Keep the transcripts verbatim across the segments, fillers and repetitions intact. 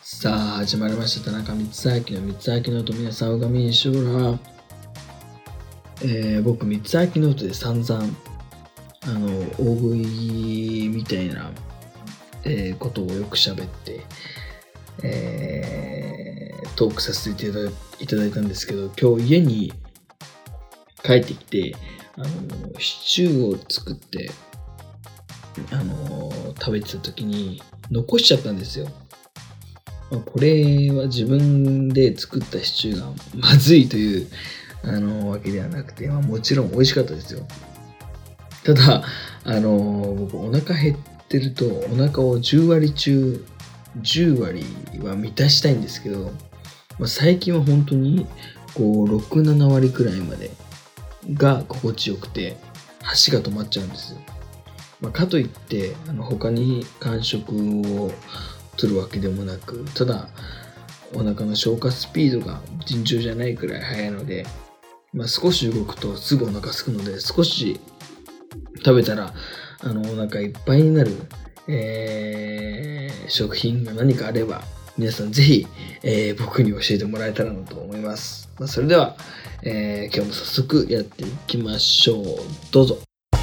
さあ始まりました田中光明の光明ノート。皆さんおがみにしょら、えー、僕光明ノートで散々あの大食いみたいな、えー、ことをよく喋って、えー、トークさせていただいただいたんですけど、今日家に帰ってきてあのシチューを作ってあの食べてた時に残しちゃったんですよ。これは自分で作ったシチューがまずいというあのわけではなくて、まあ、もちろん美味しかったですよ。ただあの僕お腹減ってるとお腹をじゅうわり中じゅうわりは満たしたいんですけど、まあ、最近は本当にこうろく、ななわりくらいまでが心地よくて箸が止まっちゃうんですよ。まあ、かといってあの他に間食を取るわけでもなく、ただお腹の消化スピードが尋常じゃないくらい速いので、まあ、少し動くとすぐお腹空くので、少し食べたらあのお腹いっぱいになる、えー、食品が何かあれば皆さんぜひ、えー、僕に教えてもらえたらなと思います。まあ、それでは、えー、今日も早速やっていきましょう。どうぞ。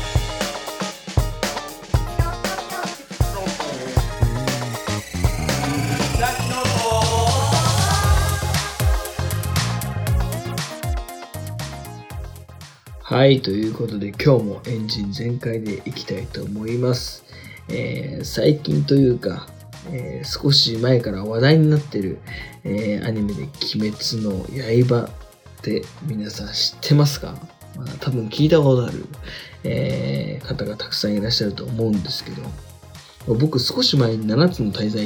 はい、ということで今日もエンジン全開でいきたいと思います。えー、最近というか、えー、少し前から話題になっている、えー、アニメで鬼滅の刃って皆さん知ってますか？まあ、多分聞いたことある、えー、方がたくさんいらっしゃると思うんですけど、僕少し前にななつの大罪って、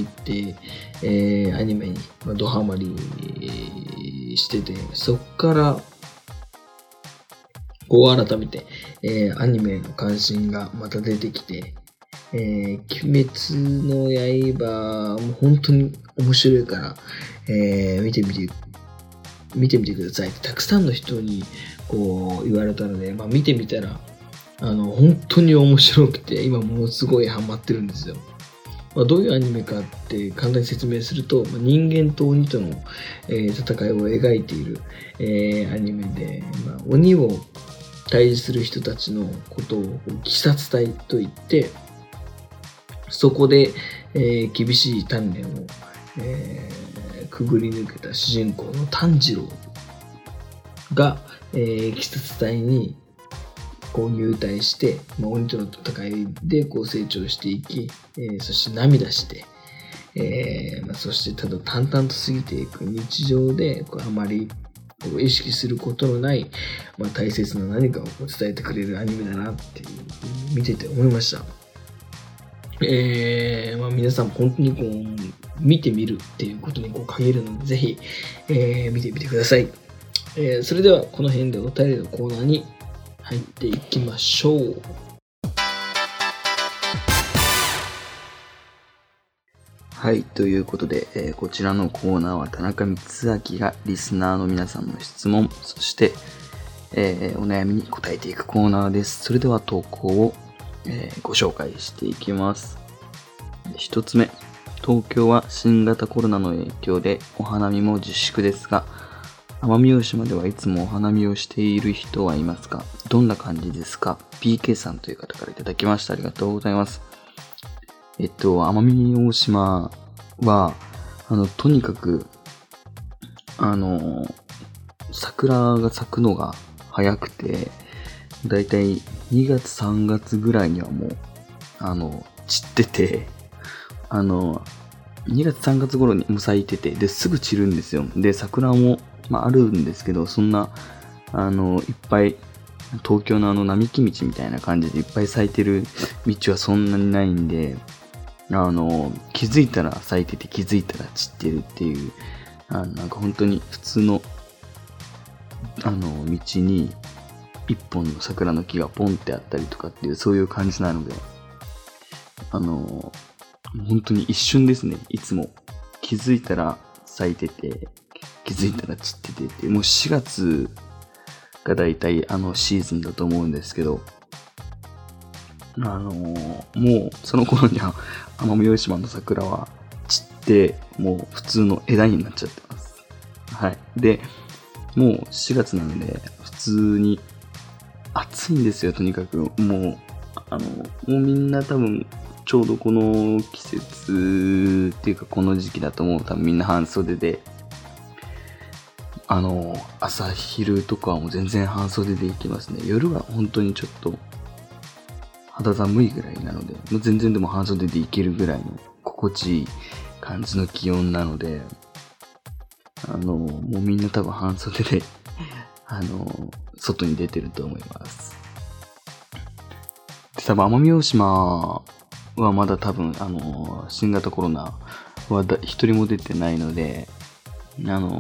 えー、アニメにドハマりしてて、そっからこう改めて、えー、アニメへの関心がまた出てきて、えー、鬼滅の刃も本当に面白いから、えー、見てみて見てみてくださいってたくさんの人にこう言われたので、まあ、見てみたらあの本当に面白くて今ものすごいハマってるんですよ。まあ、どういうアニメかって簡単に説明すると、まあ、人間と鬼との、えー、戦いを描いている、えー、アニメで、まあ、鬼を対峙する人たちのことを鬼殺隊といって、そこで、えー、厳しい鍛錬を、えー、くぐり抜けた主人公の炭治郎が、えー、鬼殺隊にこう入隊して、まあ、鬼との戦いでこう成長していき、えー、そして涙して、えーまあ、そしてただ淡々と過ぎていく日常でこうあまり意識することのない、まあ、大切な何かを伝えてくれるアニメだなっていう見てて思いました。えーまあ、皆さん本当にこう見てみるっていうことにこう限るのでぜひ、えー、見てみてください。えー、それではこの辺でお便りのコーナーに入っていきましょう。 はい、ということで、えー、こちらのコーナーは田中光明がリスナーの皆さんの質問、そして、えー、お悩みに答えていくコーナーです。それでは投稿を、えー、ご紹介していきます。一つ目、東京は新型コロナの影響でお花見も自粛ですが、奄美大島ではいつもお花見をしている人はいますか？どんな感じですか？ ピーケー さんという方からいただきました。ありがとうございます。えっと、奄美大島は、あの、とにかく、あの、桜が咲くのが早くて、だいたいにがつさんがつぐらいにはもう、あの、散ってて、あの、にがつさんがつ頃にもう咲いてて、で、すぐ散るんですよ。で、桜も、まあ、あるんですけど、そんな、あの、いっぱい、東京のあの並木道みたいな感じでいっぱい咲いてる道はそんなにないんで、あの、気づいたら咲いてて気づいたら散ってるっていう、あなんか本当に普通の、あの、道に一本の桜の木がポンってあったりとかっていう、そういう感じなので、あの、本当に一瞬ですね。いつも気づいたら咲いてて、気づいたら散っててって、もうしがつがだいたいあのシーズンだと思うんですけど、あのー、もうその頃には奄美大島の桜は散っで、もう普通の枝になっちゃってます。はい。で、もうしがつなので、普通に暑いんですよ、とにかく。もう、あの、もうみんな多分、ちょうどこの季節っていうかこの時期だと思う。多分みんな半袖で、あの、朝昼とかはもう全然半袖で行きますね。夜は本当にちょっと肌寒いぐらいなので、もう全然でも半袖で行けるぐらいの心地いい感じの気温なので、あの、もうみんな多分半袖で、あの、外に出てると思います。で、多分奄美大島はまだ多分、あの、新型コロナは一人も出てないので、あの、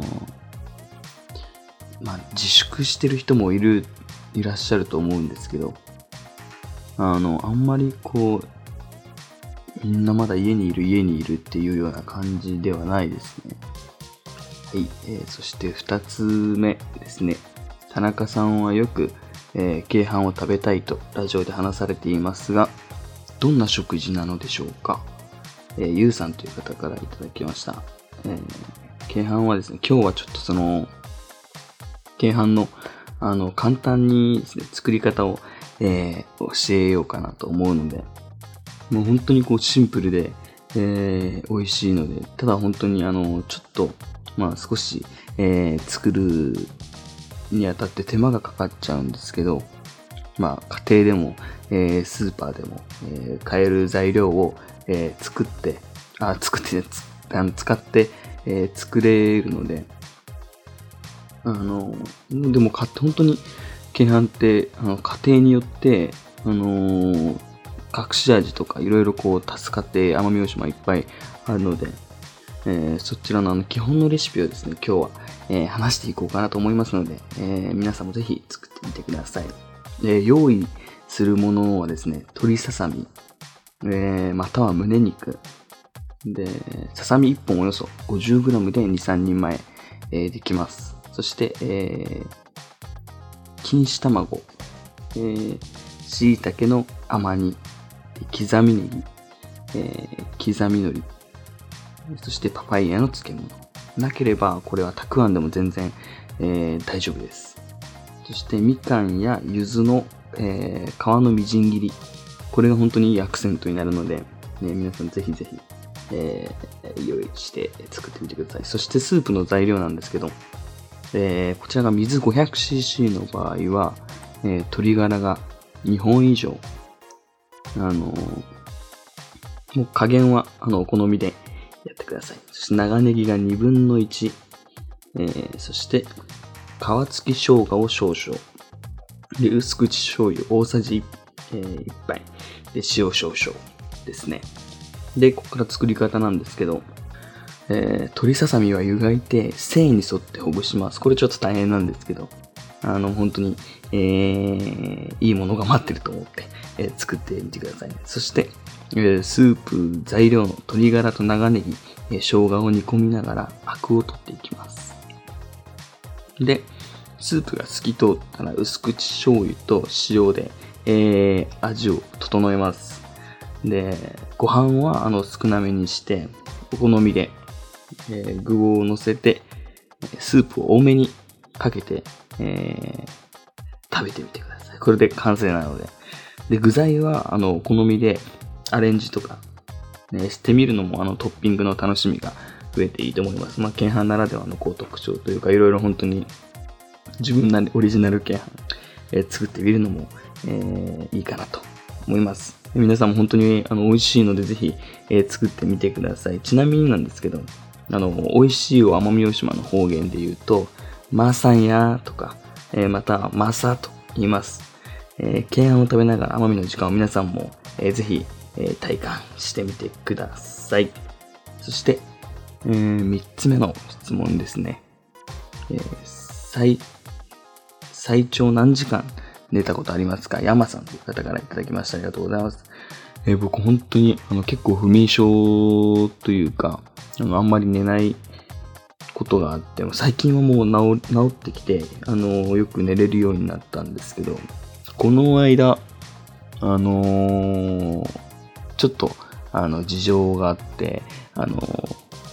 まあ、自粛してる人もいる、いらっしゃると思うんですけど、あの、あんまりこう、みんなまだ家にいる家にいるっていうような感じではないですね。はい、えー、そして二つ目ですね。田中さんはよく、えー、鶏飯を食べたいとラジオで話されていますが、どんな食事なのでしょうか。えー、ゆうさんという方からいただきました。えー、鶏飯はですね、今日はちょっとその、鶏飯の、あの、簡単にですね、作り方を、えー、教えようかなと思うので、もう本当にこうシンプルで、えー、美味しいので、ただ本当にあの、ちょっと、まあ少し、えー、作るにあたって手間がかかっちゃうんですけど、まあ家庭でも、えー、スーパーでも、えー、買える材料を、えー、作って、あ、作って、つあの使って、えー、作れるので、あの、でもか、本当に、鶏飯って、あの、家庭によって、あのー、隠し味とかいろいろこう、助かって奄美大島いっぱいあるので、えー、そちらのあの、基本のレシピをですね、今日は、えー、話していこうかなと思いますので、えー、皆さんもぜひ作ってみてください。えー、用意するものはですね、鶏ささみ、えー、または胸肉、で、ささみいっぽんおよそ ごじゅうグラム でに、さんにんまえ、えー、できます。そして、えー、錦糸卵、えー、椎茸の甘煮、刻みネギ、えー、刻み海苔、そしてパパイヤの漬物。なければ、これはたくあんでも全然、えー、大丈夫です。そしてみかんや柚子の、えー、皮のみじん切り。これが本当にいいアクセントになるので、ね、皆さんぜひぜひ、えー、用意して作ってみてください。そしてスープの材料なんですけど、えー、こちらが水 ごひゃくシーシー の場合は、えー、鶏ガラがにほん以上。あのー、もう加減はあのお好みでやってください。そして長ネギがにぶんのいち。えー、そして皮付き生姜を少々。で、薄口醤油大さじいち、えー、いっぱい。で、塩少々ですね。で、ここから作り方なんですけど、えー、鶏ささみは湯がいて繊維に沿ってほぐします。これちょっと大変なんですけど、あの、本当に、えー、いいものが待ってると思って、えー、作ってみてくださいね。そして、えー、スープ材料の鶏ガラと長ネギ、えー、生姜を煮込みながらアクを取っていきます。で、スープが透き通ったら薄口醤油と塩で、えー、味を整えます。で、ご飯はあの少なめにして、お好みで、えー、具を乗せて、スープを多めにかけて、えー、食べてみてください。これで完成なので。で、具材は、あの、お好みでアレンジとか、ね、してみるのも、あの、トッピングの楽しみが増えていいと思います。まあ、鶏飯ならではのこう特徴というか、いろいろ本当に自分なりオリジナル鶏飯、えー、作ってみるのも、えー、いいかなと思います。皆さんも本当にあの美味しいのでぜひ、えー、作ってみてください。ちなみになんですけど、あの美味しいを奄美大島の方言で言うと、まさんやとか、えー、またまさと言います。えー、鶏飯を食べながら奄美の時間を皆さんも、えー、ぜひ、えー、体感してみてください。そして、えー、みっつめの質問ですね。えー、最最長何時間寝たことありますか？山さんという方からいただきました。ありがとうございます。えー、僕本当にあの結構不眠症というか、あのあんまり寝ないことがあって、最近はもう治、治ってきて、あのー、よく寝れるようになったんですけど、この間、あのー、ちょっとあの事情があって、あのー、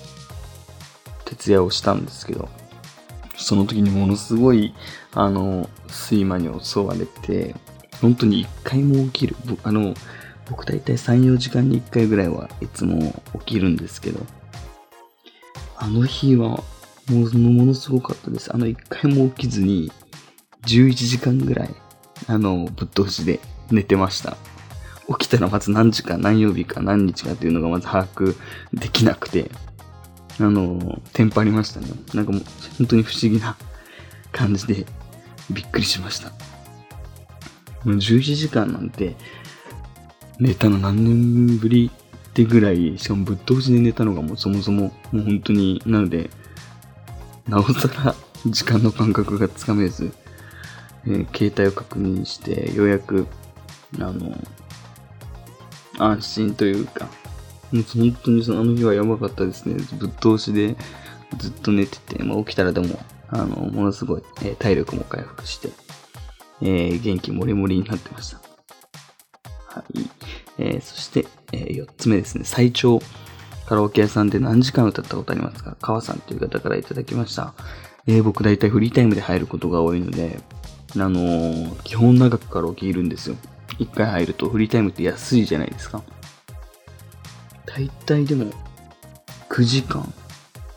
徹夜をしたんですけど、その時にものすごい、あの、睡魔に襲われて、本当に一回も起きる。あの、僕大体さん、よじかんにいっかいぐらいはいつも起きるんですけど、あの日はもうものすごかったです。あの一回も起きずにじゅういちじかんぐらい、あの、ぶっ通しで寝てました。起きたらまず何時か何曜日か何日かっていうのがまず把握できなくて、あの、テンパりましたね。なんかもう本当に不思議な感じでびっくりしました。もうじゅういちじかんなんて寝たの何年ぶりってぐらい、しかもぶっ通しで寝たのがもうそもそももう本当に、なので、なおさら時間の感覚がつかめず、えー、携帯を確認してようやく、あの、安心というか、もう本当にそのあの日はやばかったですね。ぶっ通しでずっと寝てて、まあ、起きたらでも、あの、ものすごい、えー、体力も回復して、えー、元気もりもりになってました。はい。えー、そして、えー、よっつめですね。最長カラオケ屋さんで何時間歌ったことありますか？川さんという方からいただきました。えー、僕大体フリータイムで入ることが多いので、あのー、基本長くカラオケいるんですよ。一回入るとフリータイムって安いじゃないですか。大体でもくじかん、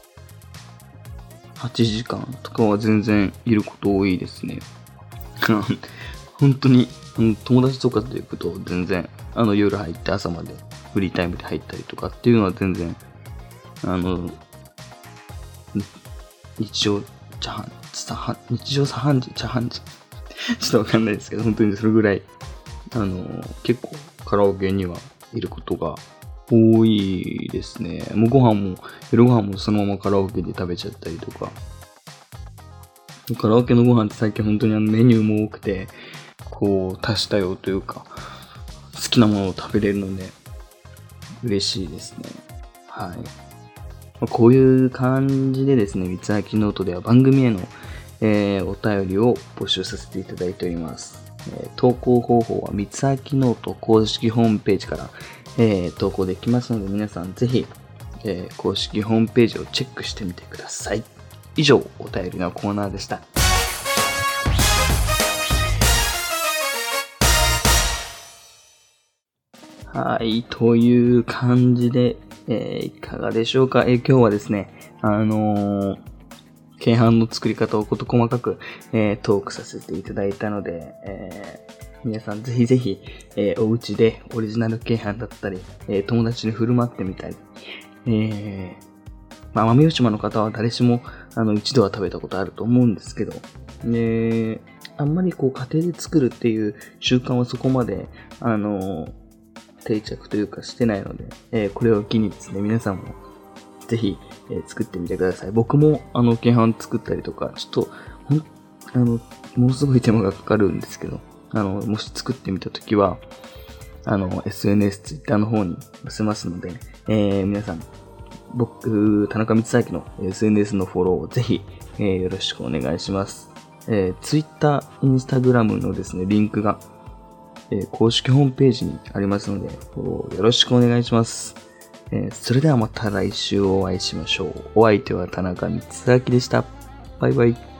はちじかんとかは全然いること多いですね。本当に友達とかと行くと全然あの夜入って朝までフリータイムで入ったりとかっていうのは全然あの日常茶飯茶日常茶飯事茶飯事ちょっとわかんないですけど、本当にそれぐらいあの結構カラオケにはいることが多いですね。もうご飯も夜ご飯もそのままカラオケで食べちゃったりとか。カラオケのご飯って最近本当にあのメニューも多くて、こう足したよというか好きなものを食べれるので嬉しいですね。はい。こういう感じでですね、三つ秋ノートでは番組への、えー、お便りを募集させていただいております。えー、投稿方法は三つ秋ノート公式ホームページから、えー、投稿できますので、皆さんぜひ、えー、公式ホームページをチェックしてみてください。以上、お便りのコーナーでした。はい、という感じで、えー、いかがでしょうか。えー、今日はですね、あのー、軽飯の作り方をこと細かく、えー、トークさせていただいたので、えー、皆さんぜひぜひ、えー、お家でオリジナル軽飯だったり、えー、友達に振る舞ってみたり、えーまあ、奄美大島の方は誰しもあの一度は食べたことあると思うんですけど、ね、あんまりこう家庭で作るっていう習慣はそこまであの定着というかしてないので、えー、これを機にですね、皆さんもぜひ、えー、作ってみてください。僕もあの軽飯作ったりとか、ちょっとほんあのものすごい手間がかかるんですけど、あのもし作ってみたときはあの エスエヌエス、Twitter の方に載せますので、えー、皆さん僕、田中光明の エスエヌエス のフォローをぜひ、えー、よろしくお願いします。えー、Twitter、Instagram のですね、リンクが、えー、公式ホームページにありますので、フォローよろしくお願いします。えー、それではまた来週お会いしましょう。お相手は田中光明でした。バイバイ。